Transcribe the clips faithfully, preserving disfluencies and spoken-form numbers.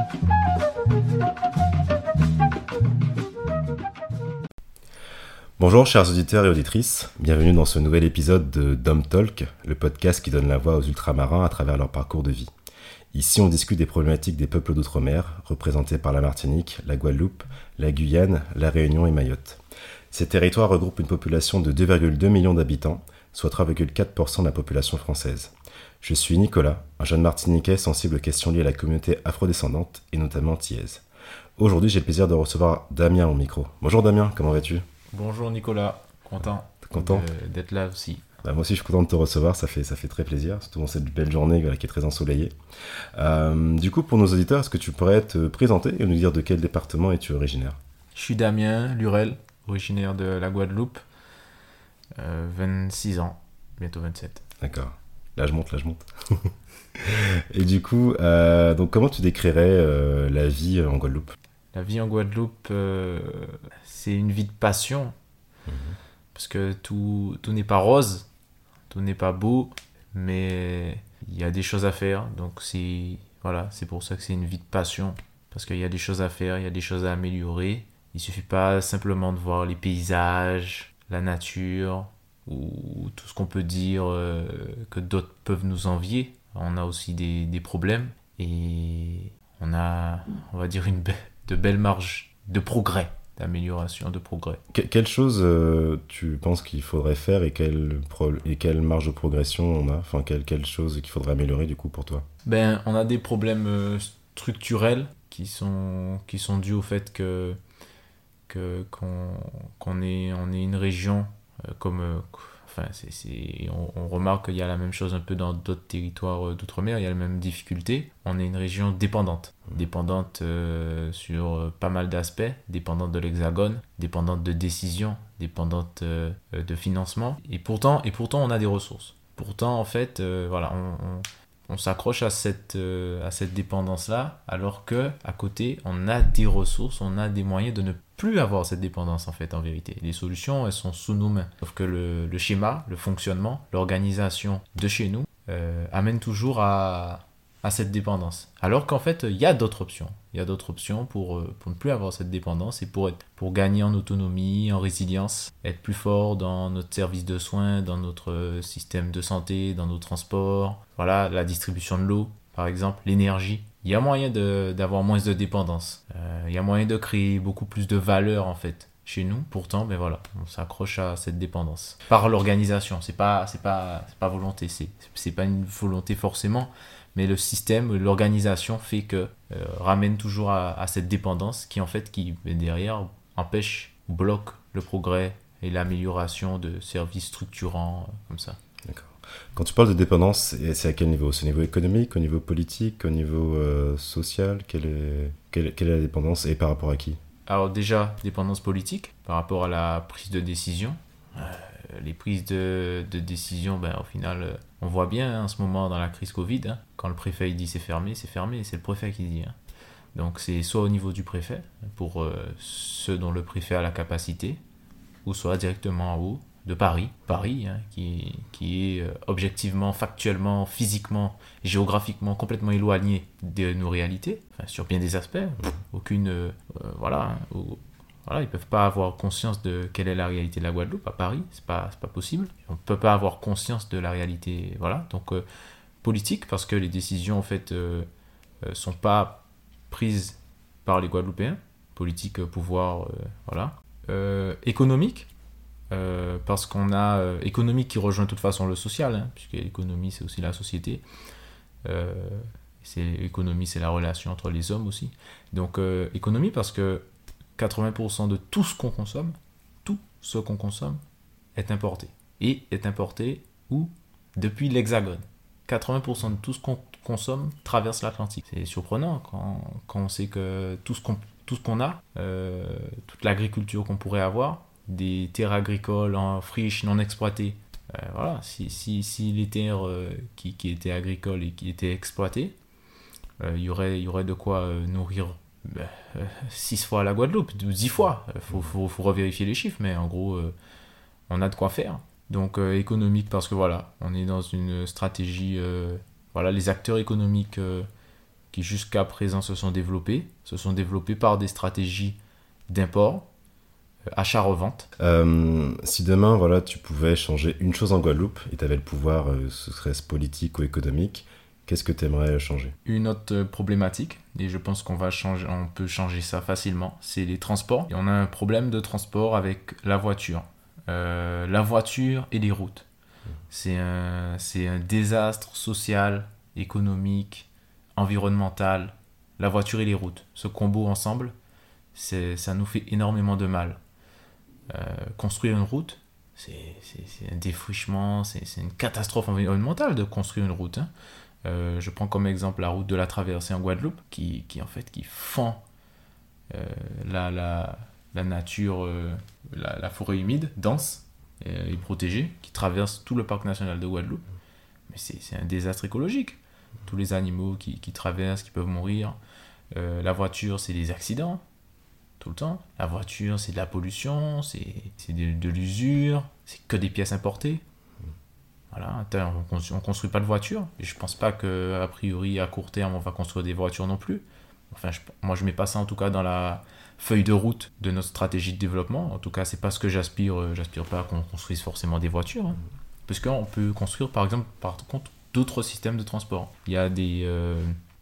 Bonjour chers auditeurs et auditrices, bienvenue dans ce nouvel épisode de Dom Talk, le podcast qui donne la voix aux ultramarins à travers leur parcours de vie. Ici on discute des problématiques des peuples d'outre-mer, représentés par la Martinique, la Guadeloupe, la Guyane, la Réunion et Mayotte. Ces territoires regroupent une population de deux virgule deux millions d'habitants, soit trois virgule quatre pour cent de la population française. Je suis Nicolas, un jeune Martiniquais sensible aux questions liées à la communauté afrodescendante et notamment antillaise. Aujourd'hui j'ai le plaisir de recevoir Damien au micro. Bonjour Damien, comment vas-tu ? Bonjour Nicolas, content, content de, d'être là aussi. Bah moi aussi je suis content de te recevoir, ça fait, ça fait très plaisir, surtout dans cette belle journée voilà, qui est très ensoleillée. Euh, du coup pour nos auditeurs, est-ce que tu pourrais te présenter et nous dire de quel département es-tu originaire ? Je suis Damien Lurel, originaire de la Guadeloupe, euh, vingt-six ans, bientôt vingt-sept. D'accord, là je monte, là je monte. Et du coup, euh, donc comment tu décrirais euh, la vie en Guadeloupe ? La vie en Guadeloupe, euh, c'est une vie de passion, mmh. parce que tout, tout n'est pas rose, tout n'est pas beau, mais il y a des choses à faire, donc c'est, voilà, c'est pour ça que c'est une vie de passion, parce qu'il y a des choses à faire, il y a des choses à améliorer. Il ne suffit pas simplement de voir les paysages, la nature, ou tout ce qu'on peut dire euh, que d'autres peuvent nous envier. On a aussi des, des problèmes, et on a, on va dire, une belle... de belles marges de progrès, d'amélioration, de progrès. Que, quelle chose euh, tu penses qu'il faudrait faire et quelle, pro- et quelle marge de progression on a ? Enfin, quelle, quelle chose qu'il faudrait améliorer du coup pour toi ? Ben, on a des problèmes euh, structurels qui sont, qui sont dus au fait que, que, qu'on, qu'on est, on est une région euh, comme... Euh, Enfin, c'est, c'est, on, on remarque qu'il y a la même chose un peu dans d'autres territoires d'outre-mer, il y a les mêmes difficultés. On est une région dépendante, dépendante euh, sur pas mal d'aspects, dépendante de l'Hexagone, dépendante de décisions, dépendante euh, de financement. Et pourtant, et pourtant, on a des ressources. Pourtant, en fait, euh, voilà, on, on, on s'accroche à cette, euh, à cette dépendance-là, alors que à côté, on a des ressources, on a des moyens de ne plus avoir cette dépendance en fait en vérité. Les solutions elles sont sous nos mains. Sauf que le, le schéma, le fonctionnement, l'organisation de chez nous euh, amène toujours à, à cette dépendance. Alors qu'en fait il y a d'autres options. Il y a d'autres options pour, pour ne plus avoir cette dépendance et pour, être, pour gagner en autonomie, en résilience, être plus fort dans notre service de soins, dans notre système de santé, dans nos transports, voilà, la distribution de l'eau par exemple, l'énergie. Il y a moyen de, d'avoir moins de dépendance. Euh, il y a moyen de créer beaucoup plus de valeur en fait chez nous. Pourtant, ben voilà, on s'accroche à cette dépendance. Par l'organisation, c'est pas, c'est pas, c'est pas volonté, c'est, c'est pas une volonté forcément, mais le système, l'organisation fait que euh, ramène toujours à, à cette dépendance qui en fait, qui derrière empêche ou bloque le progrès et l'amélioration de services structurants euh, comme ça. D'accord. Quand tu parles de dépendance, c'est à quel niveau ? C'est au niveau économique, au niveau politique, au niveau euh, social ? Quelle est, quelle, quelle est la dépendance et par rapport à qui ? Alors déjà, dépendance politique, par rapport à la prise de décision. Euh, les prises de, de décision, ben, au final, euh, on voit bien hein, en ce moment dans la crise Covid, hein, quand le préfet il dit c'est fermé, c'est fermé, c'est le préfet qui dit. Hein. Donc c'est soit au niveau du préfet, pour euh, ceux dont le préfet a la capacité, ou soit directement en haut, de Paris, Paris hein, qui, qui est euh, objectivement, factuellement, physiquement, géographiquement complètement éloigné de nos réalités, enfin, sur bien des aspects, aucune, euh, voilà, hein, où, voilà, ils peuvent pas avoir conscience de quelle est la réalité de la Guadeloupe à Paris, c'est pas, c'est pas possible, on peut pas avoir conscience de la réalité, voilà, donc euh, politique parce que les décisions en fait euh, euh, sont pas prises par les Guadeloupéens, politique, pouvoir, euh, voilà, euh, économique. Euh, parce qu'on a euh, économique qui rejoint de toute façon le social, hein, puisque l'économie c'est aussi la société, euh, c'est, l'économie c'est la relation entre les hommes aussi, donc euh, économie parce que quatre-vingts pour cent de tout ce qu'on consomme, tout ce qu'on consomme est importé, et est importé où ? Depuis l'Hexagone. quatre-vingts pour cent de tout ce qu'on consomme traverse l'Atlantique. C'est surprenant quand, quand on sait que tout ce qu'on, tout ce qu'on a, euh, toute l'agriculture qu'on pourrait avoir, des terres agricoles en friches non exploitées. Euh, voilà, si, si, si les terres euh, qui, qui étaient agricoles et qui étaient exploitées, il euh, y, aurait, y aurait de quoi euh, nourrir bah, euh, six fois la Guadeloupe, dix fois. Il faut, faut, faut revérifier les chiffres, mais en gros, euh, on a de quoi faire. Donc euh, économique parce que voilà, on est dans une stratégie, euh, voilà, les acteurs économiques euh, qui jusqu'à présent se sont développées, se sont développées par des stratégies d'import, euh, achat-revente. Euh, si demain, voilà, tu pouvais changer une chose en Guadeloupe et tu avais le pouvoir, euh, ce serait politique ou économique, qu'est-ce que tu aimerais changer? Une autre euh, problématique, et je pense qu'on va changer, on peut changer ça facilement, c'est les transports. Et on a un problème de transport avec la voiture. Euh, la voiture et les routes. C'est un, c'est un désastre social, économique, environnemental. La voiture et les routes. Ce combo ensemble, c'est, ça nous fait énormément de mal. Euh, construire une route, c'est, c'est, c'est un défrichement, c'est, c'est une catastrophe environnementale de construire une route. Hein. Euh, je prends comme exemple la route de la traversée en Guadeloupe, qui, qui en fait qui fend euh, la, la, la nature, euh, la, la forêt humide, dense et protégée, qui traverse tout le parc national de Guadeloupe. Mais c'est, c'est un désastre écologique. Tous les animaux qui, qui traversent, qui peuvent mourir. Euh, la voiture, c'est des accidents, tout le temps. La voiture, c'est de la pollution, c'est, c'est de, de l'usure, c'est que des pièces importées. Voilà, on ne construit pas de voitures. Et je ne pense pas qu'à priori, à court terme, on va construire des voitures non plus. Enfin, je, moi, je ne mets pas ça en tout cas dans la feuille de route de notre stratégie de développement. En tout cas, ce n'est pas ce que j'aspire. J'aspire pas qu'on construise forcément des voitures. Hein. Parce qu'on peut construire, par exemple, par contre, d'autres systèmes de transport. Il y a des... Euh,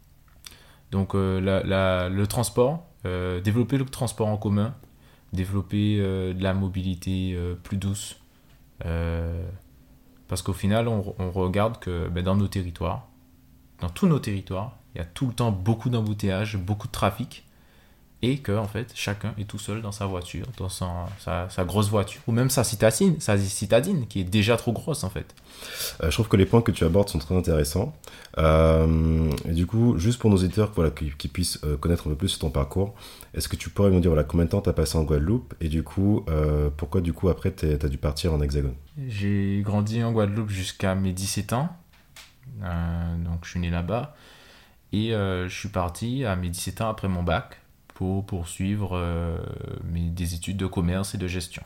donc, euh, la, la, le transport, euh, développer le transport en commun, développer euh, de la mobilité euh, plus douce. Euh, parce qu'au final, on, on regarde que ben, dans nos territoires, dans tous nos territoires, il y a tout le temps beaucoup d'embouteillages, beaucoup de trafic, et que en fait, chacun est tout seul dans sa voiture, dans son, sa, sa grosse voiture, ou même sa citadine, sa citadine, qui est déjà trop grosse en fait. Euh, je trouve que les points que tu abordes sont très intéressants. Euh, et du coup, juste pour nos auditeurs, voilà, qui, qui puissent euh, connaître un peu plus sur ton parcours, est-ce que tu pourrais me dire voilà, combien de temps tu as passé en Guadeloupe, et du coup, euh, pourquoi du coup après tu as dû partir en Hexagone? J'ai grandi en Guadeloupe jusqu'à mes dix-sept ans, euh, donc je suis né là-bas, et euh, je suis parti à mes dix-sept ans après mon bac, pour poursuivre euh, mes, des études de commerce et de gestion.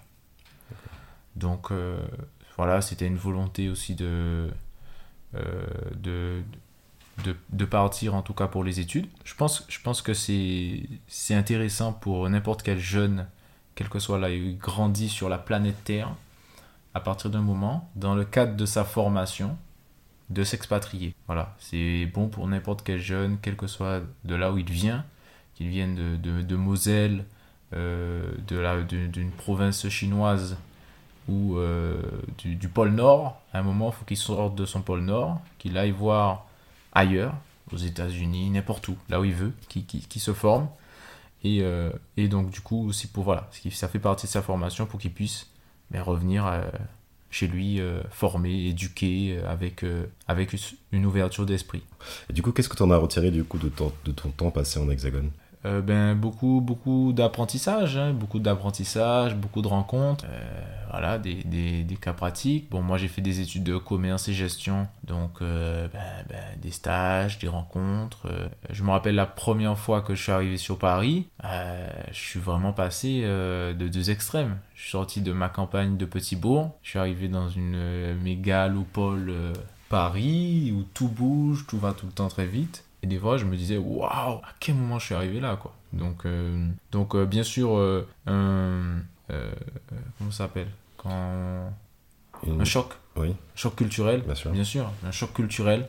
Donc euh, voilà, c'était une volonté aussi de, euh, de, de, de partir en tout cas pour les études. Je pense, je pense que c'est, c'est intéressant pour n'importe quel jeune, quel que soit là, il grandit sur la planète Terre, à partir d'un moment, dans le cadre de sa formation, de s'expatrier. Voilà, c'est bon pour n'importe quel jeune, quel que soit de là où il vient, qu'ils viennent de, de, de Moselle, euh, de la, de, d'une province chinoise ou euh, du, du pôle Nord. À un moment, il faut qu'il sorte de son pôle Nord, qu'il aille voir ailleurs, aux États-Unis, n'importe où, là où il veut, qu'il, qu'il, qu'il se forme. Et, euh, et donc, du coup, aussi pour, voilà, ça fait partie de sa formation pour qu'il puisse ben, revenir euh, chez lui, euh, formé, éduqué, euh, avec, euh, avec une ouverture d'esprit. Et du coup, qu'est-ce que tu en as retiré du coup de ton, de ton temps passé en Hexagone? Euh, ben, beaucoup, beaucoup d'apprentissage, hein, beaucoup d'apprentissage, beaucoup de rencontres, euh, voilà, des, des, des cas pratiques. Bon, moi j'ai fait des études de commerce et gestion, donc euh, ben, ben, des stages, des rencontres. Euh, je me rappelle la première fois que je suis arrivé sur Paris, euh, je suis vraiment passé euh, de deux extrêmes. Je suis sorti de ma campagne de Petit-Bourg, je suis arrivé dans une euh, mégalopole euh, Paris, où tout bouge, tout va tout le temps très vite. Et des fois, je me disais, waouh, à quel moment je suis arrivé là, quoi. Donc, euh, donc euh, bien sûr, euh, un. Euh, comment ça s'appelle Quand. Une... Un choc. Oui. Un choc culturel, bien sûr. Bien sûr. Un choc culturel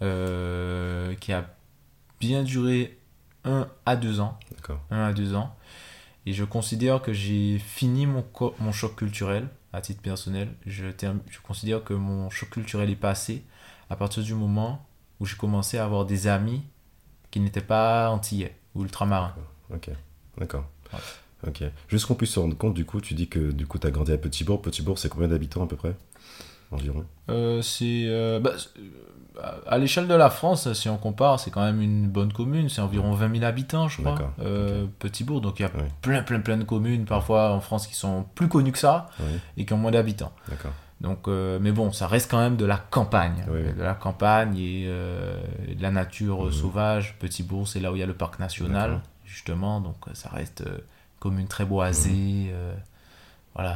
euh, qui a bien duré un à deux ans. D'accord. Un à deux ans. Et je considère que j'ai fini mon, co- mon choc culturel, à titre personnel. Je, term... je considère que mon choc culturel est passé à partir du moment où j'ai commencé à avoir des amis qui n'étaient pas antillais ou ultramarins. Ok, d'accord. Ouais. Ok. Juste qu'on puisse se rendre compte, du coup, tu dis que du coup, tu as grandi à Petit-Bourg. Petit-Bourg, c'est combien d'habitants à peu près environ? euh, C'est... Euh, bah, à l'échelle de la France, si on compare, c'est quand même une bonne commune. C'est environ vingt mille habitants, je crois. D'accord. Euh, Okay. Petit-Bourg, donc il y a oui. plein, plein, plein de communes, parfois en France, qui sont plus connues que ça Oui. et qui ont moins d'habitants. D'accord. Donc, euh, mais bon, ça reste quand même de la campagne. Oui, oui. De la campagne et euh, de la nature Mmh. sauvage. Petit-Bourg, c'est là où il y a le parc national, D'accord. justement. Donc, ça reste euh, une commune très boisée. Mmh. Euh, voilà.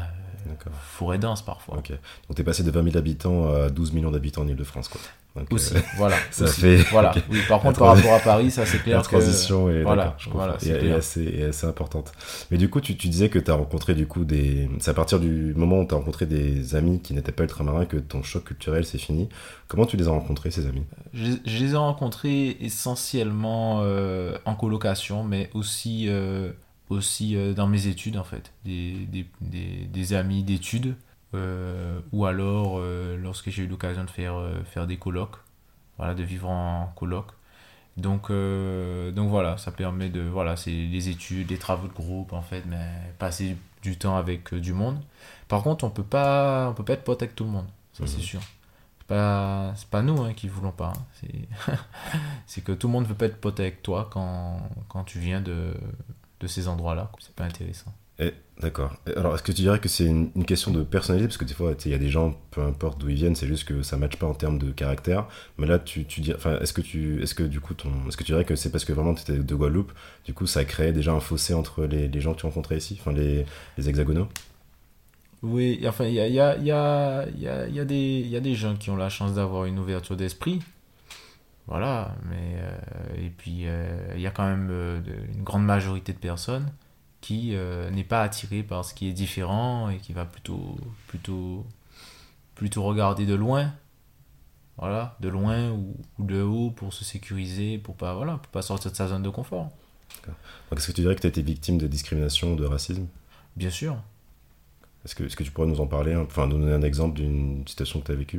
forêt dense parfois. Ok. Donc t'es passé de vingt mille habitants à douze millions d'habitants en Ile-de-France, quoi. Donc, aussi, euh, voilà. Ça aussi. fait. Voilà. Okay. Oui, par contre, par rapport à Paris, ça c'est clair. La transition que... est, voilà, je voilà, c'est est, est, assez, est assez importante. Mais du coup, tu, tu disais que tu as rencontré du coup des. C'est à partir du moment où tu as rencontré des amis qui n'étaient pas ultramarins que ton choc culturel s'est fini. Comment tu les as rencontrés, ces amis? je, je les ai rencontrés essentiellement euh, en colocation, mais aussi, euh, aussi euh, dans mes études en fait. Des, des, des, des amis d'études. Euh, ou alors euh, lorsque j'ai eu l'occasion de faire, euh, faire des colocs, voilà, de vivre en coloc. Donc, euh, donc voilà, ça permet de. Voilà, c'est les études, les travaux de groupe, en fait, mais passer du temps avec euh, du monde. Par contre, on peut pas, on peut pas être pote avec tout le monde, ça mmh. c'est sûr. C'est pas, c'est pas nous hein, qui voulons pas. Hein. C'est, c'est que tout le monde veut pas être pote avec toi quand, quand tu viens de, de ces endroits-là. C'est pas intéressant. Et, d'accord. Alors, est-ce que tu dirais que c'est une, une question de personnalité? Parce que des fois, il y a des gens, peu importe d'où ils viennent, c'est juste que ça ne matche pas en termes de caractère. Mais là, tu, tu dis, enfin, est-ce que tu, est-ce que du coup, ton, est-ce que tu dirais que c'est parce que vraiment tu étais de Guadeloupe, du coup, ça a créé déjà un fossé entre les, les gens que tu rencontrais ici, enfin, les, les hexagonaux? Oui, enfin, il y a, y a, y a, y a, y a des, y a des gens qui ont la chance d'avoir une ouverture d'esprit. Voilà, mais euh, et puis il euh, y a quand même euh, une grande majorité de personnes qui euh, n'est pas attiré par ce qui est différent et qui va plutôt, plutôt, plutôt regarder de loin, voilà, de loin ou, ou de haut pour se sécuriser, pour pas, voilà, pour pas sortir de sa zone de confort. D'accord. Donc, est-ce que tu dirais que tu as été victime de discrimination ou de racisme? Bien sûr. Est-ce que, est-ce que tu pourrais nous en parler, enfin nous donner un exemple d'une situation que tu as vécue?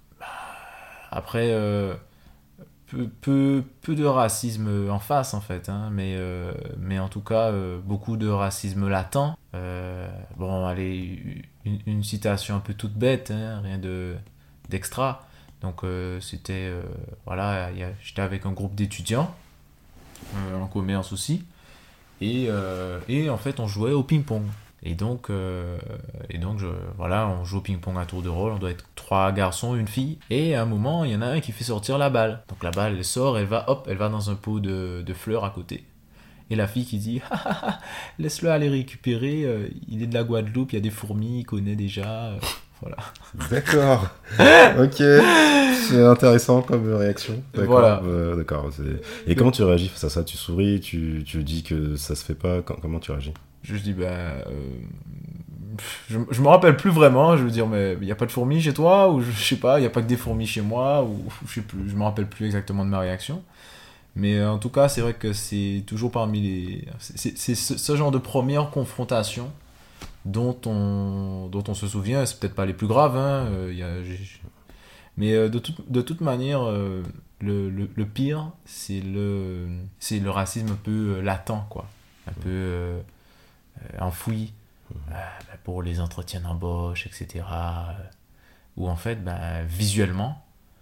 Après, euh, peu, peu, peu de racisme en face en fait, hein, mais, euh, mais en tout cas euh, beaucoup de racisme latent. Euh, bon, allez, une, une citation un peu toute bête, hein, rien de, d'extra. Donc euh, c'était, euh, voilà, y a, j'étais avec un groupe d'étudiants, euh, en commerce aussi, et, euh, et en fait on jouait au ping-pong. Et donc, euh, et donc je, voilà, on joue au ping-pong à tour de rôle, on doit être trois garçons, une fille, et à un moment, il y en a un qui fait sortir la balle. Donc la balle, elle sort, elle va, hop, elle va dans un pot de, de fleurs à côté. Et la fille qui dit, ah, ah, ah, laisse-le aller récupérer, euh, il est de la Guadeloupe, il y a des fourmis, il connaît déjà, euh, voilà. D'accord, ok, c'est intéressant comme réaction. D'accord, voilà. euh, d'accord. C'est... Et comment tu réagis face à ça? Tu souris, tu, tu dis que ça se fait pas, comment tu réagis? Je dis, ben. Euh, je, je me rappelle plus vraiment. Je veux dire, mais il n'y a pas de fourmis chez toi? Ou je, je sais pas, il n'y a pas que des fourmis chez moi? Ou je sais plus, je me rappelle plus exactement de ma réaction. Mais en tout cas, c'est vrai que c'est toujours parmi les. C'est, c'est ce, ce genre de première confrontation dont on, dont on se souvient. C'est peut-être pas les plus graves, hein. Euh, y a, j'ai... Mais euh, de, tout, de toute manière, euh, le, le, le pire, c'est le, c'est le racisme un peu latent, quoi. Un peu. Euh, Euh, enfoui euh, bah, pour les entretiens d'embauche, et cetera. Euh, où en fait, bah, visuellement,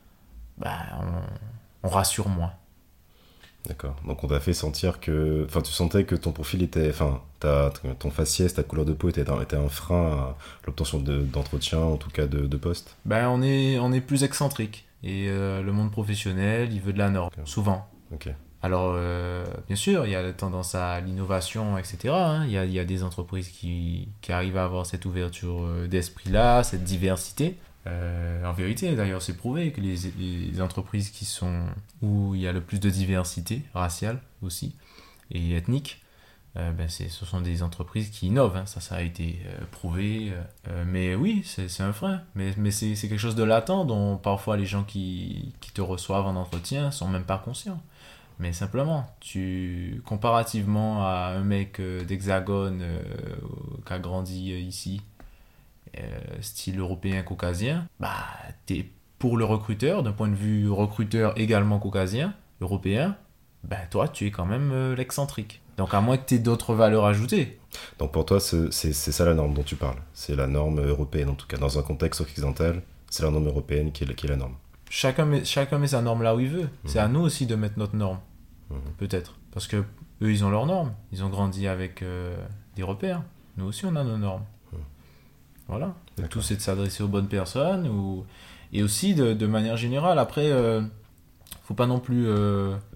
bah, on, on rassure moins. D'accord. Donc on t'a fait sentir que... Enfin, tu sentais que ton profil était... Enfin, ta, ton faciès, ta couleur de peau était un, était un frein à l'obtention de, d'entretien, en tout cas de, de poste? Bah, on est, on est plus excentrique. Et euh, le monde professionnel, il veut de la norme, okay. Souvent. Ok. Alors, euh, bien sûr, il y a la tendance à l'innovation, et cetera. Hein. Il y a, il y a des entreprises qui, qui arrivent à avoir cette ouverture d'esprit-là, cette diversité. Euh, en vérité, d'ailleurs, c'est prouvé que les, les entreprises qui sont, où il y a le plus de diversité raciale aussi, et ethnique, euh, ben c'est, ce sont des entreprises qui innovent. Hein. Ça, ça a été euh, prouvé. Euh, mais oui, c'est, c'est un frein. Mais, mais c'est, c'est quelque chose de latent dont parfois les gens qui, qui te reçoivent en entretien ne sont même pas conscients. Mais simplement, tu, comparativement à un mec euh, d'Hexagone euh, qui a grandi euh, ici, euh, style européen caucasien, bah, t'es pour le recruteur, d'un point de vue recruteur également caucasien, européen, bah, toi, tu es quand même euh, l'excentrique. Donc, à moins que tu aies d'autres valeurs ajoutées. Donc, pour toi, c'est, c'est, c'est ça la norme dont tu parles. C'est la norme européenne, en tout cas. Dans un contexte occidental, c'est la norme européenne qui est, qui est la norme. Chacun met, chacun met sa norme là où il veut. Mmh. C'est à nous aussi de mettre notre norme. Mmh. Peut-être. Parce que eux, ils ont leurs normes. Ils ont grandi avec euh, des repères. Nous aussi, on a nos normes. Mmh. Voilà. Le tout, c'est de s'adresser aux bonnes personnes. Ou... Et aussi, de, de manière générale, après, euh, faut pas non plus euh,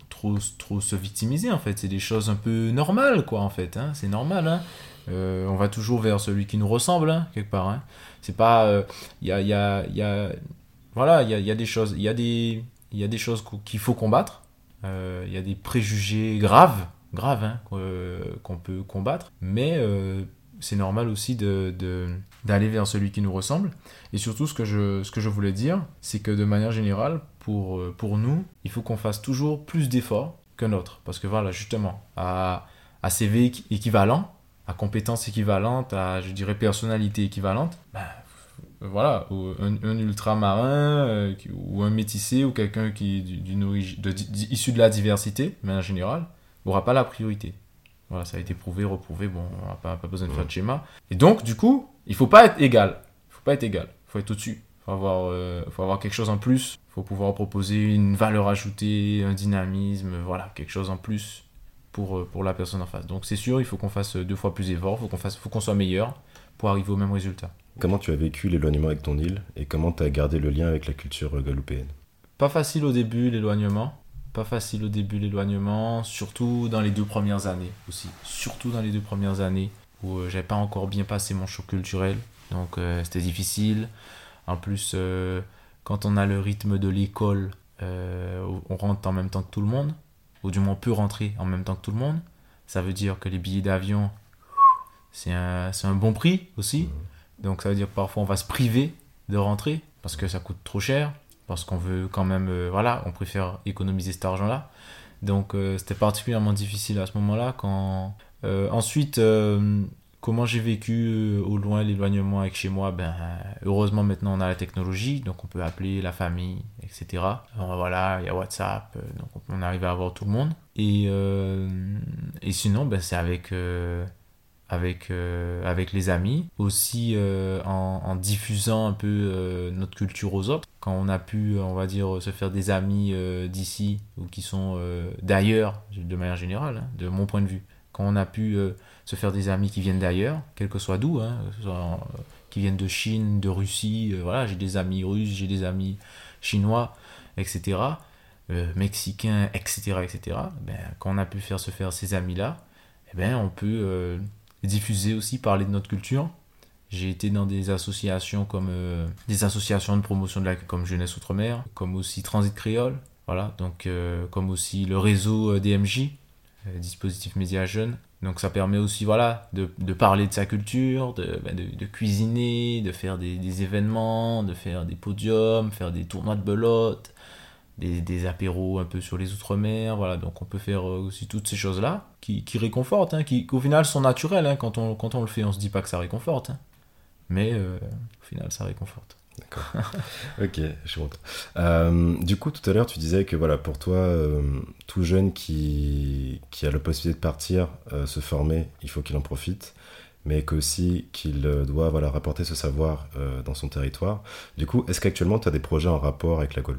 trop, trop se victimiser, en fait. C'est des choses un peu normales, quoi, en fait. Hein. C'est normal, hein. Euh, on va toujours vers celui qui nous ressemble, hein, quelque part. Hein. C'est pas... Il y a, y a, y a... Voilà, il y a, y a des choses... Il y a des... Il y a des choses qu'il faut combattre. Il euh, y a des préjugés graves, graves hein, qu'on peut combattre. Mais euh, c'est normal aussi de, de, d'aller vers celui qui nous ressemble. Et surtout, ce que je, ce que je voulais dire, c'est que de manière générale, pour, pour nous, il faut qu'on fasse toujours plus d'efforts qu'un autre. Parce que voilà, justement, à, à C V équivalent, à compétences équivalentes, à, je dirais, personnalité équivalente, ben, voilà, un, un ultramarin euh, ou un métissé ou quelqu'un qui est d'une origine, de, issu de la diversité, mais en général, n'aura pas la priorité. Voilà, ça a été prouvé, reprouvé, bon, on n'a pas, pas besoin de faire de schéma. Et donc, du coup, il ne faut pas être égal. Il ne faut pas être égal, il faut être au-dessus. Il faut avoir, euh, faut avoir quelque chose en plus. Il faut pouvoir proposer une valeur ajoutée, un dynamisme, voilà, quelque chose en plus pour, pour la personne en face. Donc, c'est sûr, il faut qu'on fasse deux fois plus d'efforts, il faut qu'on fasse, faut qu'on soit meilleur pour arriver au même résultat. Comment tu as vécu l'éloignement avec ton île et comment tu as gardé le lien avec la culture guadeloupéenne? Pas facile au début, l'éloignement. Pas facile au début, l'éloignement, surtout dans les deux premières années aussi. Surtout dans les deux premières années où euh, j'avais pas encore bien passé mon choc culturel. Donc euh, c'était difficile. En plus, euh, quand on a le rythme de l'école, euh, on rentre en même temps que tout le monde. Ou du moins on peut rentrer en même temps que tout le monde. Ça veut dire que les billets d'avion, c'est un, c'est un bon prix aussi. Mmh. Donc ça veut dire que parfois on va se priver de rentrer parce que ça coûte trop cher, parce qu'on veut quand même, euh, voilà, on préfère économiser cet argent-là. Donc euh, c'était particulièrement difficile à ce moment-là. Quand... Euh, ensuite, euh, comment j'ai vécu euh, au loin l'éloignement avec chez moi, ben, heureusement maintenant on a la technologie, donc on peut appeler la famille, et cetera. Alors, voilà, il y a WhatsApp, euh, donc on arrive à avoir tout le monde. Et, euh, et sinon, ben, c'est avec... Euh, Avec, euh, avec les amis, aussi euh, en, en diffusant un peu euh, notre culture aux autres. Quand on a pu, on va dire, se faire des amis euh, d'ici ou qui sont euh, d'ailleurs, de manière générale, hein, de mon point de vue. Quand on a pu euh, se faire des amis qui viennent d'ailleurs, quel que soit d'où, hein, que ce soit en, euh, qui viennent de Chine, de Russie, euh, voilà, j'ai des amis russes, j'ai des amis chinois, et cetera, euh, mexicains, et cetera, et cetera. Ben, quand on a pu faire se faire ces amis-là, eh ben, on peut... Euh, diffuser aussi, parler de notre culture. J'ai été dans des associations comme euh, des associations de promotion de la comme Jeunesse Outre-mer, comme aussi Transit Créole, voilà, donc euh, comme aussi le réseau D M J, euh, dispositif média jeune. Donc ça permet aussi, voilà, de, de parler de sa culture, de, de, de cuisiner, de faire des, des événements, de faire des podiums, faire des tournois de belote, Des, des apéros un peu sur les outre-mer, voilà, donc on peut faire aussi toutes ces choses-là qui, qui réconfortent, hein, qui, qui au final sont naturelles, hein, quand, on, quand on le fait, on se dit pas que ça réconforte, hein, mais euh, au final ça réconforte. D'accord, ok, je suis content. Euh, du coup, tout à l'heure, tu disais que voilà, pour toi, euh, tout jeune qui, qui a la possibilité de partir, euh, se former, il faut qu'il en profite, mais qu'aussi qu'il doit voilà, rapporter ce savoir euh, dans son territoire. Du coup, est-ce qu'actuellement, tu as des projets en rapport avec la Guadeloupe ?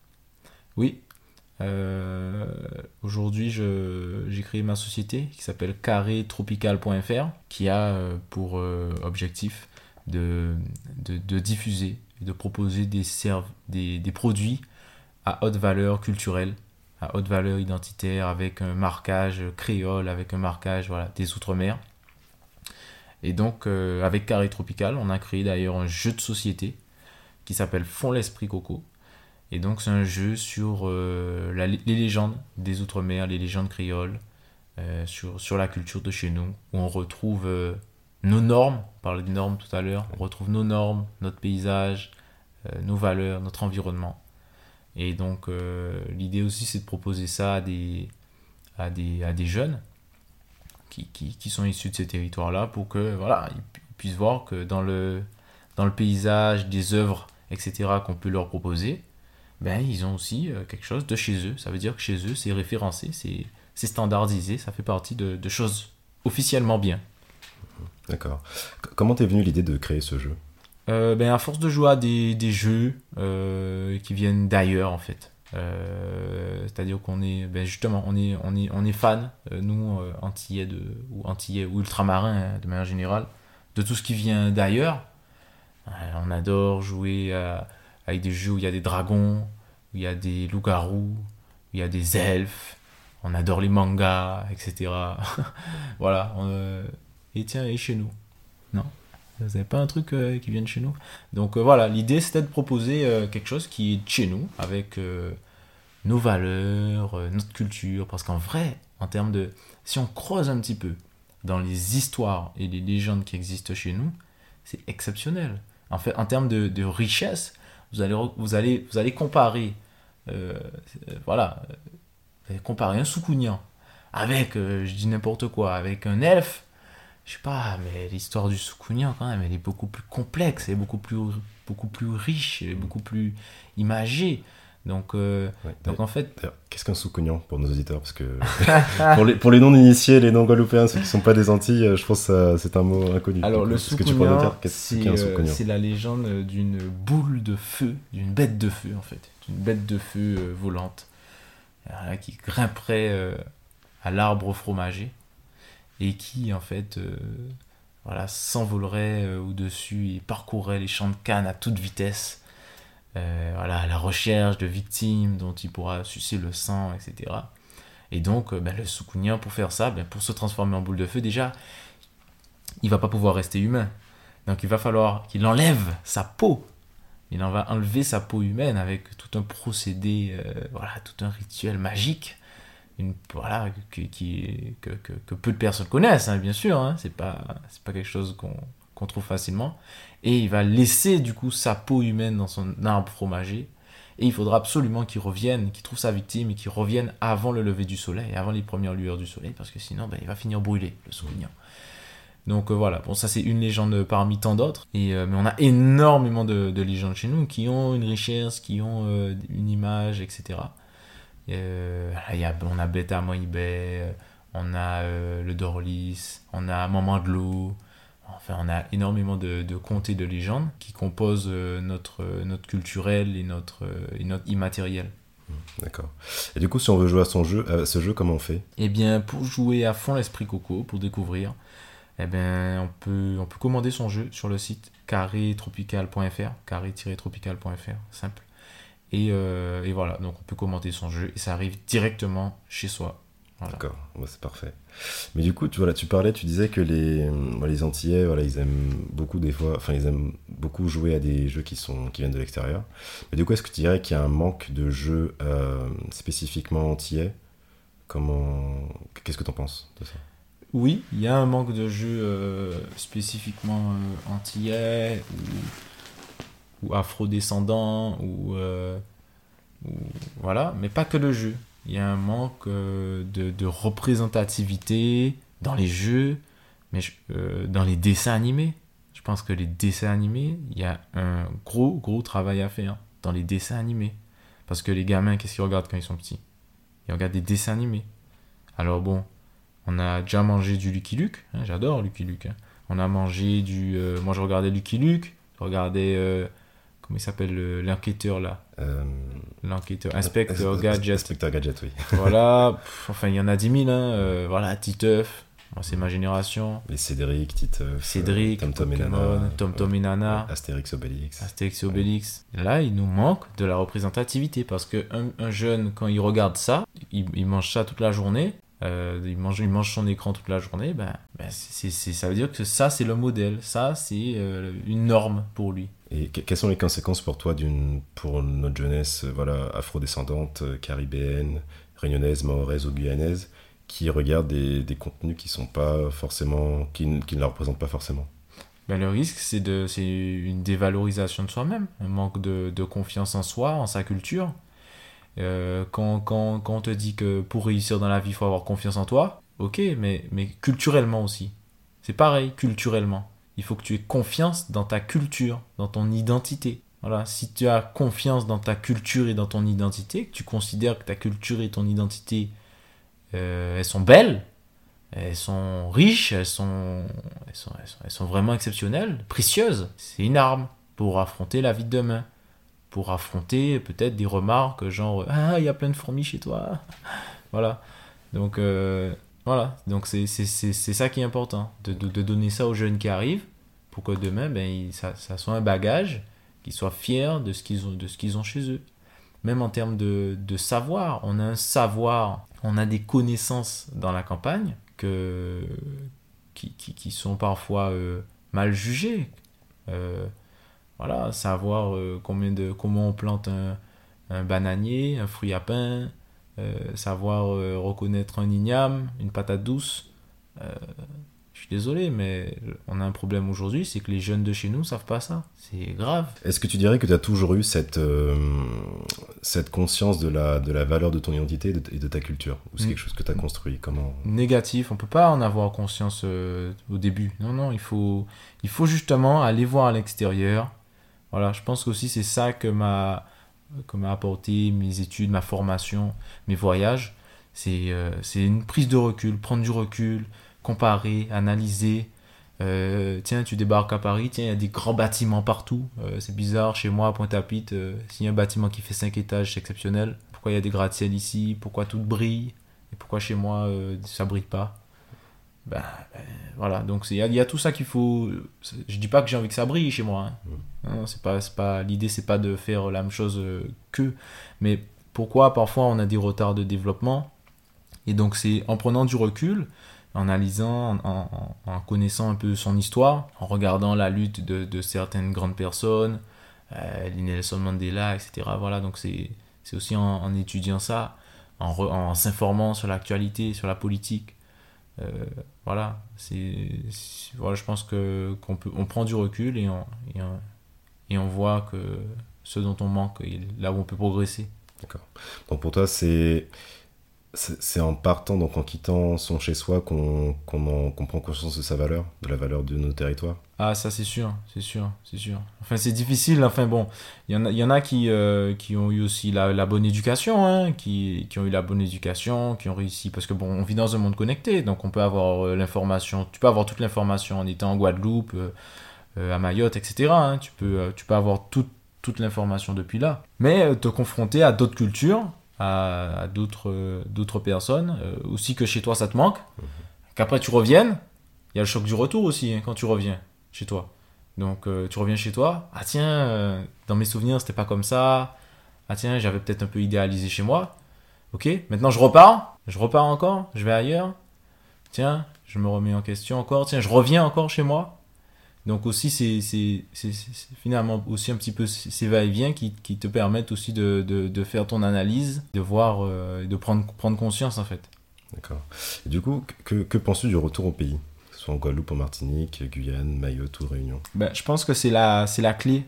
Oui, euh, aujourd'hui je, j'ai créé ma société qui s'appelle carré tropical point f r qui a euh, pour euh, objectif de, de, de diffuser et de proposer des, serv- des, des produits à haute valeur culturelle, à haute valeur identitaire, avec un marquage créole, avec un marquage voilà, des Outre-mer. Et donc euh, avec Carré Tropical, on a créé d'ailleurs un jeu de société qui s'appelle Fond l'Esprit Coco. Et donc c'est un jeu sur euh, la, les légendes des Outre-mer, les légendes créoles, euh, sur, sur la culture de chez nous, où on retrouve euh, nos normes, on parlait des normes tout à l'heure, on retrouve nos normes, notre paysage, euh, nos valeurs, notre environnement. Et donc euh, l'idée aussi c'est de proposer ça à des, à des, à des jeunes qui, qui, qui sont issus de ces territoires-là pour que voilà, ils puissent voir que dans le, dans le paysage, des œuvres, et cetera qu'on peut leur proposer, ben, ils ont aussi euh, quelque chose de chez eux. Ça veut dire que chez eux, c'est référencé, c'est, c'est standardisé, ça fait partie de, de choses officiellement bien. D'accord. C- comment t'es venue l'idée de créer ce jeu ? euh, ben, À force de jouer à des, des jeux euh, qui viennent d'ailleurs, en fait. Euh, c'est-à-dire qu'on est, ben, justement, on est, on est, on est fan, euh, nous, euh, antillais, de, ou antillais ou ultramarins, hein, de manière générale, de tout ce qui vient d'ailleurs. Euh, on adore jouer à avec des jeux où il y a des dragons, où il y a des loups-garous, il y a des elfes, on adore les mangas, et cetera. Voilà. On, euh, et tiens, et chez nous. Non, vous n'avez pas un truc euh, qui vient de chez nous? Donc euh, voilà, l'idée c'était de proposer euh, quelque chose qui est de chez nous, avec euh, nos valeurs, euh, notre culture. Parce qu'en vrai, en termes de... Si on creuse un petit peu dans les histoires et les légendes qui existent chez nous, c'est exceptionnel. En fait, en termes de, de richesse, vous allez, vous allez, vous allez comparer... Euh, euh, voilà... comparer un soukounian avec, euh, je dis n'importe quoi, avec un elfe, je sais pas, mais l'histoire du soukounian quand même, elle est beaucoup plus complexe, elle est beaucoup plus, beaucoup plus riche, elle est beaucoup plus imagée. Donc, euh, ouais, donc en fait... Qu'est-ce qu'un soukounian pour nos auditeurs? Parce que pour, les, pour les non-initiés, les non-guadeloupéens, ceux qui ne sont pas des Antilles, je pense que c'est un mot inconnu. Alors donc, le soukounian, c'est, euh, c'est la légende d'une boule de feu, d'une bête de feu en fait, d'une bête de feu euh, volante. Voilà, qui grimperait euh, à l'arbre fromager et qui en fait euh, voilà, s'envolerait euh, au-dessus et parcourrait les champs de canne à toute vitesse, euh, voilà, à la recherche de victimes dont il pourra sucer le sang, et cetera. Et donc euh, ben, le soukounian, pour faire ça, ben, pour se transformer en boule de feu, déjà il va pas pouvoir rester humain, donc il va falloir qu'il enlève sa peau. Il en va enlever sa peau humaine avec tout un procédé, euh, voilà, tout un rituel magique, une, voilà, qui, qui, que, que, que peu de personnes connaissent, hein, bien sûr, hein, c'est pas, c'est pas quelque chose qu'on, qu'on trouve facilement. Et il va laisser du coup sa peau humaine dans son arbre fromager, et il faudra absolument qu'il revienne, qu'il trouve sa victime et qu'il revienne avant le lever du soleil, avant les premières lueurs du soleil, parce que sinon ben, il va finir brûlé, le soukounian. Donc euh, voilà, bon, ça c'est une légende parmi tant d'autres, et, euh, mais on a énormément de, de légendes chez nous qui ont une richesse, qui ont euh, une image, et cetera. Euh, y a, on a Beta Moïbé, on a euh, le Dorlis, on a Maman de l'eau, enfin on a énormément de, de contes et de légendes qui composent euh, notre, notre culturel et notre, euh, et notre immatériel. D'accord. Et du coup, si on veut jouer à, son jeu, à ce jeu, comment on fait? Eh bien, pour jouer à fond l'esprit coco, pour découvrir, eh ben, on peut, on peut commander son jeu sur le site carré tropical point f r, carré tiret tropical point f r, simple. Et, euh, et voilà, donc on peut commenter son jeu et ça arrive directement chez soi. Voilà. D'accord, ouais, c'est parfait. Mais du coup, tu, voilà, tu parlais, tu disais que les, voilà, les Antillais, voilà, ils aiment beaucoup des fois, enfin ils aiment beaucoup jouer à des jeux qui, sont, qui viennent de l'extérieur. Mais du coup, est-ce que tu dirais qu'il y a un manque de jeux euh, spécifiquement antillais? Comment... Qu'est-ce que tu en penses de ça? Oui, il y a un manque de jeux euh, spécifiquement euh, antillais ou, ou afro-descendants ou, euh, ou voilà, mais pas que de jeux. Il y a un manque euh, de, de représentativité dans les jeux, mais euh, dans les dessins animés. Je pense que les dessins animés, il y a un gros gros travail à faire dans les dessins animés, parce que les gamins, qu'est-ce qu'ils regardent quand ils sont petits? Ils regardent des dessins animés. Alors bon. On a déjà mangé du Lucky Luke, hein, j'adore Lucky Luke. Hein. On a mangé du... Euh, moi je regardais Lucky Luke, je regardais... Euh, comment il s'appelle le, l'enquêteur là euh, L'enquêteur, Inspecteur Gadget. Inspecteur Gadget, oui. Voilà, pff, enfin il y en a dix mille, hein, euh, voilà, Titeuf, moi, c'est ma génération. Les Cédric, Titeuf, Cédric, euh, Tom Tom et Pokémon, Nana. Tom Tom et Nana. Astérix, Obélix. Astérix et Obélix. Ouais. Là, il nous manque de la représentativité parce qu'un un jeune, quand il regarde ça, il, il mange ça toute la journée. Euh, il, mange, il mange son écran toute la journée, ben, ben c'est, c'est, ça veut dire que ça c'est le modèle, ça c'est euh, une norme pour lui. Et que, quelles sont les conséquences pour toi d'une, pour notre jeunesse voilà, afrodescendante, caribéenne, réunionnaise, mahoraise ou guyanaise, qui regarde des, des contenus qui sont pas forcément, qui, qui ne la représentent pas forcément? Ben, le risque c'est, de, c'est une dévalorisation de soi-même, un manque de, de confiance en soi, en sa culture. Euh, quand, quand, quand on te dit que pour réussir dans la vie il faut avoir confiance en toi, ok, mais, mais culturellement aussi c'est pareil. Culturellement il faut que tu aies confiance dans ta culture, dans ton identité. Voilà, si tu as confiance dans ta culture et dans ton identité, que tu considères que ta culture et ton identité euh, elles sont belles, elles sont riches, elles sont, elles sont, elles sont, elles sont vraiment exceptionnelles, précieuses, c'est une arme pour affronter la vie de demain, pour affronter peut-être des remarques genre « Ah, il y a plein de fourmis chez toi !» Voilà. Donc, euh, voilà. Donc c'est, c'est, c'est, c'est ça qui est important, de, de, de donner ça aux jeunes qui arrivent, pour que demain, ben, ça, ça soit un bagage, qu'ils soient fiers de ce qu'ils ont, de ce qu'ils ont chez eux. même en termes de, de savoir. On a un savoir, on a des connaissances dans la campagne que, qui, qui, qui sont parfois euh, mal jugées. Euh, voilà, savoir euh, combien de, comment on plante un, un bananier, un fruit à pain, euh, savoir euh, reconnaître un igname, une patate douce. Euh, je suis désolé, mais on a un problème aujourd'hui, c'est que les jeunes de chez nous ne savent pas ça. C'est grave. Est-ce que tu dirais que tu as toujours eu cette, euh, cette conscience de la, de la valeur de ton identité et de, et de ta culture? Ou c'est quelque chose que tu as construit? Comment... Négatif, on ne peut pas en avoir conscience euh, au début. Non, non, il faut, il faut justement aller voir à l'extérieur. Voilà, je pense qu'aussi c'est ça que m'a, que m'a apporté mes études, ma formation, mes voyages. C'est, euh, c'est une prise de recul, prendre du recul, comparer, analyser. Euh, tiens, tu débarques à Paris, tiens, il y a des grands bâtiments partout. Euh, c'est bizarre, chez moi, à Pointe-à-Pitre, euh, s'il y a un bâtiment qui fait cinq étages, c'est exceptionnel. Pourquoi il y a des gratte-ciel ici? Pourquoi tout brille? Et pourquoi chez moi, euh, ça brille pas? Ben, ben voilà, donc il y, y a tout ça qu'il faut. Je dis pas que j'ai envie que ça brille chez moi. Hein. Mmh. Non, c'est pas, c'est pas, l'idée, c'est pas de faire la même chose euh, qu'eux. Mais pourquoi parfois on a des retards de développement? Et donc c'est en prenant du recul, en analysant, en, en, en connaissant un peu son histoire, en regardant la lutte de, de certaines grandes personnes, euh, Nelson Mandela, et cetera. Voilà, donc c'est, c'est aussi en, en étudiant ça, en, re, en s'informant sur l'actualité, sur la politique. Euh, voilà, c'est, c'est, voilà, je pense que, qu'on peut, on prend du recul et on, et, on, et on voit que ce dont on manque, là où on peut progresser. D'accord. Donc pour toi, c'est... C'est, c'est en partant, donc en quittant son chez-soi, qu'on, qu'on, en, qu'on prend conscience de sa valeur, de la valeur de nos territoires. Ah, ça c'est sûr, c'est sûr, c'est sûr. Enfin, c'est difficile, enfin bon, il y en a, y en a qui, euh, qui ont eu aussi la, la bonne éducation, hein, qui, qui ont eu la bonne éducation, qui ont réussi, parce que bon, on vit dans un monde connecté, donc on peut avoir euh, l'information, tu peux avoir toute l'information en étant en Guadeloupe, euh, euh, à Mayotte, et cetera. Hein, tu, peux, euh, tu peux avoir tout, toute l'information depuis là. Mais euh, te confronter à d'autres cultures, à, à d'autres, euh, d'autres personnes, euh, aussi que chez toi ça te manque, mmh. qu'après tu reviennes, il y a le choc du retour aussi, hein, quand tu reviens chez toi. Donc euh, tu reviens chez toi, ah tiens, euh, dans mes souvenirs c'était pas comme ça, ah tiens, j'avais peut-être un peu idéalisé chez moi, ok, maintenant je repars, je repars encore, je vais ailleurs, tiens, je me remets en question encore, tiens, je reviens encore chez moi. Donc aussi, c'est, c'est, c'est, c'est finalement aussi un petit peu ces va-et-vient qui, qui te permettent aussi de, de, de faire ton analyse, de voir, euh, de prendre, prendre conscience en fait. D'accord. Et du coup, que, que penses-tu du retour au pays? Que ce soit en Guadeloupe, en Martinique, Guyane, Mayotte ou Réunion? Ben, je pense que c'est la, c'est la clé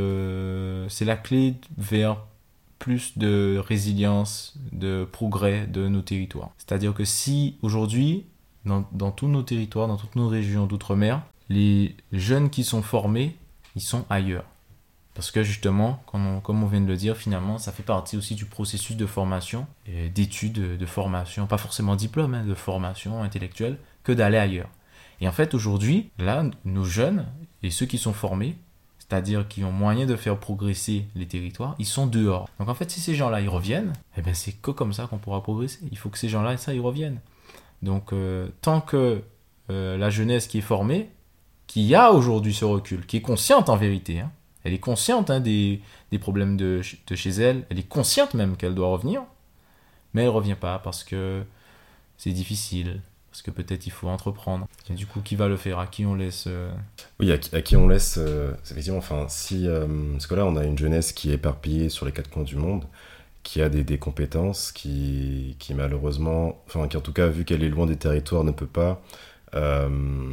de, c'est la clé vers plus de résilience, de progrès de nos territoires. C'est-à-dire que si aujourd'hui, dans, dans tous nos territoires, dans toutes nos régions d'outre-mer, les jeunes qui sont formés, ils sont ailleurs. Parce que justement, comme on, comme on vient de le dire, finalement, ça fait partie aussi du processus de formation, et d'études, de formation, pas forcément diplôme, hein, de formation intellectuelle, que d'aller ailleurs. Et en fait, aujourd'hui, là, nos jeunes, et ceux qui sont formés, c'est-à-dire qui ont moyen de faire progresser les territoires, ils sont dehors. Donc en fait, si ces gens-là, ils reviennent, eh ben, c'est que comme ça qu'on pourra progresser. Il faut que ces gens-là, ça, ils reviennent. Donc, euh, tant que euh, la jeunesse qui est formée, qui a aujourd'hui ce recul, qui est consciente en vérité, hein. Elle est consciente hein, des, des problèmes de, de chez elle, elle est consciente même qu'elle doit revenir, mais elle ne revient pas parce que c'est difficile, parce que peut-être il faut entreprendre. Et du coup, qui va le faire? À qui on laisse euh... Oui, à qui, à qui on laisse, euh, effectivement, enfin, si, euh, parce que là, on a une jeunesse qui est éparpillée sur les quatre coins du monde, qui a des, des compétences, qui, qui malheureusement, enfin, qui en tout cas, vu qu'elle est loin des territoires, ne peut pas... Euh,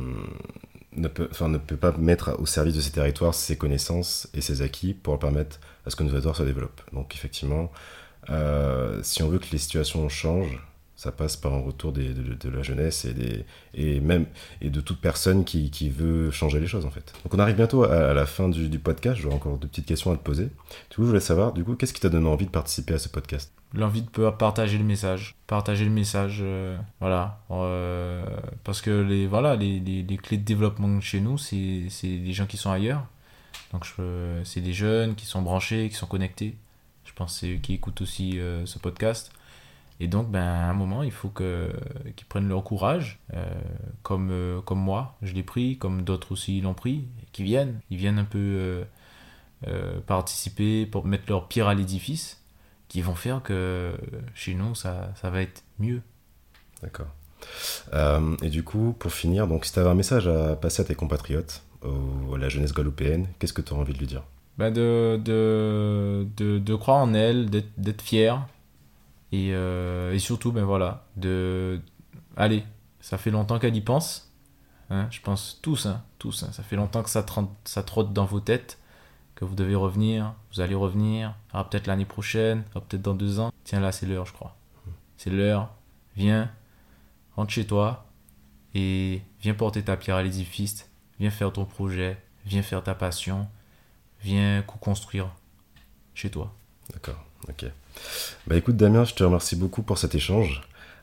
ne peut, enfin, ne peut pas mettre au service de ces territoires ses connaissances et ses acquis pour permettre à ce que nos territoires se développent. Donc effectivement, euh, si on veut que les situations changent, ça passe par un retour des, de, de la jeunesse et, des, et même et de toute personne qui, qui veut changer les choses en fait. Donc on arrive bientôt à, à la fin du, du podcast, j'aurai encore deux petites questions à te poser. Du coup, je voulais savoir, du coup, qu'est-ce qui t'a donné envie de participer à ce podcast? L'envie de partager le message, partager le message, euh, voilà, euh, parce que les, voilà, les, les, les clés de développement chez nous, c'est, c'est les gens qui sont ailleurs, donc je, c'est les jeunes qui sont branchés, qui sont connectés, je pense que c'est eux qui écoutent aussi euh, ce podcast, et donc ben, à un moment il faut que, qu'ils prennent leur courage, euh, comme, euh, comme moi je l'ai pris, comme d'autres aussi l'ont pris, qu'ils viennent, ils viennent un peu euh, euh, participer pour mettre leur pierre à l'édifice. qui vont faire que chez nous, ça, ça va être mieux. D'accord. Euh, et du coup, pour finir, donc, si tu avais un message à passer à tes compatriotes, au, à la jeunesse guadeloupéenne, qu'est-ce que tu aurais envie de lui dire? Ben de, de, de, de croire en elle, d'être, d'être fier. Et, euh, et surtout, ben voilà, de... Allez, ça fait longtemps qu'elle y pense. Hein, je pense tous, hein, tous. Hein, ça fait longtemps que ça, trotte, ça trotte dans vos têtes, que vous devez revenir, vous allez revenir. Ah, peut-être l'année prochaine, ah, peut-être dans deux ans. Tiens, là, c'est l'heure, je crois. C'est l'heure. Viens, rentre chez toi et viens porter ta pierre à l'édifice. Viens faire ton projet, viens faire ta passion, viens co-construire chez toi. D'accord, ok. Bah écoute Damien, je te remercie beaucoup pour cet échange.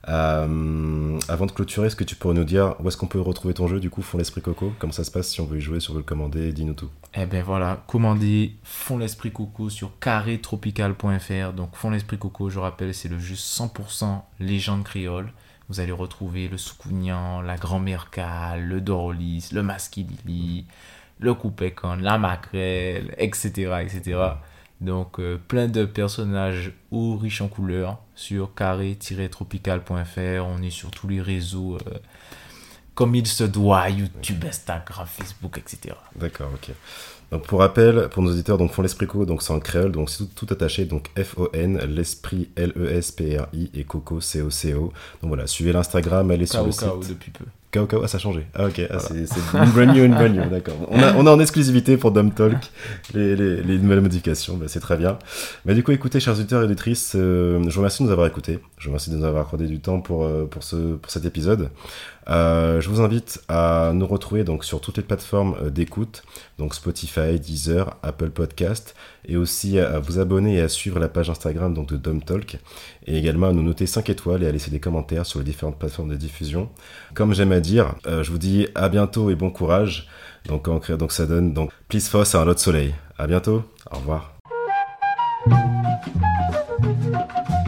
Euh, avant de clôturer, est-ce que tu pourrais nous dire où est-ce qu'on peut retrouver ton jeu du coup, Fond l'Esprit Coco? Comment ça se passe si on veut y jouer, si on veut le commander? Dis-nous tout. Eh ben voilà, commandez Fond l'Esprit Coco sur carré tropical point f r. Donc Fond l'Esprit Coco, je rappelle, c'est le jeu cent pour cent légende créole. Vous allez retrouver le Soukounian, la grand-mère Cal, le Dorolis, le Maskilili, le Coupécon, la Maquerelle, et cetera et cetera. Donc euh, plein de personnages ou riches en couleurs sur carré tropical point f r. On est sur tous les réseaux euh, comme il se doit, YouTube, Instagram, Facebook, et cetera. D'accord, ok. Donc pour rappel, pour nos auditeurs, donc Fond l'Esprit Coco, donc c'est en créole, donc c'est tout, tout attaché, donc F O N, l'esprit L E S P R I et Coco C O C O. Donc voilà, suivez l'Instagram, allez sur le site. K O depuis peu. K O K O, ah ça a changé. Ah ok, ah, voilà. c'est, c'est une brand new, une brand new, d'accord. On a, on a en exclusivité pour Dom Talk les, les, les nouvelles modifications, bah, c'est très bien. Mais du coup, écoutez, chers auditeurs et auditrices, euh, je vous remercie de nous avoir écoutés. Je vous remercie de nous avoir accordé du temps pour, euh, pour, ce, pour cet épisode. Euh, je vous invite à nous retrouver donc, sur toutes les plateformes d'écoute, donc Spotify, Deezer, Apple Podcast, et aussi à vous abonner et à suivre la page Instagram donc, de Dom Talk, et également à nous noter cinq étoiles et à laisser des commentaires sur les différentes plateformes de diffusion. Comme j'aime à dire, euh, je vous dis à bientôt et bon courage. Donc, en créant, donc ça donne donc Please Foss à un lot de soleil. À bientôt, au revoir.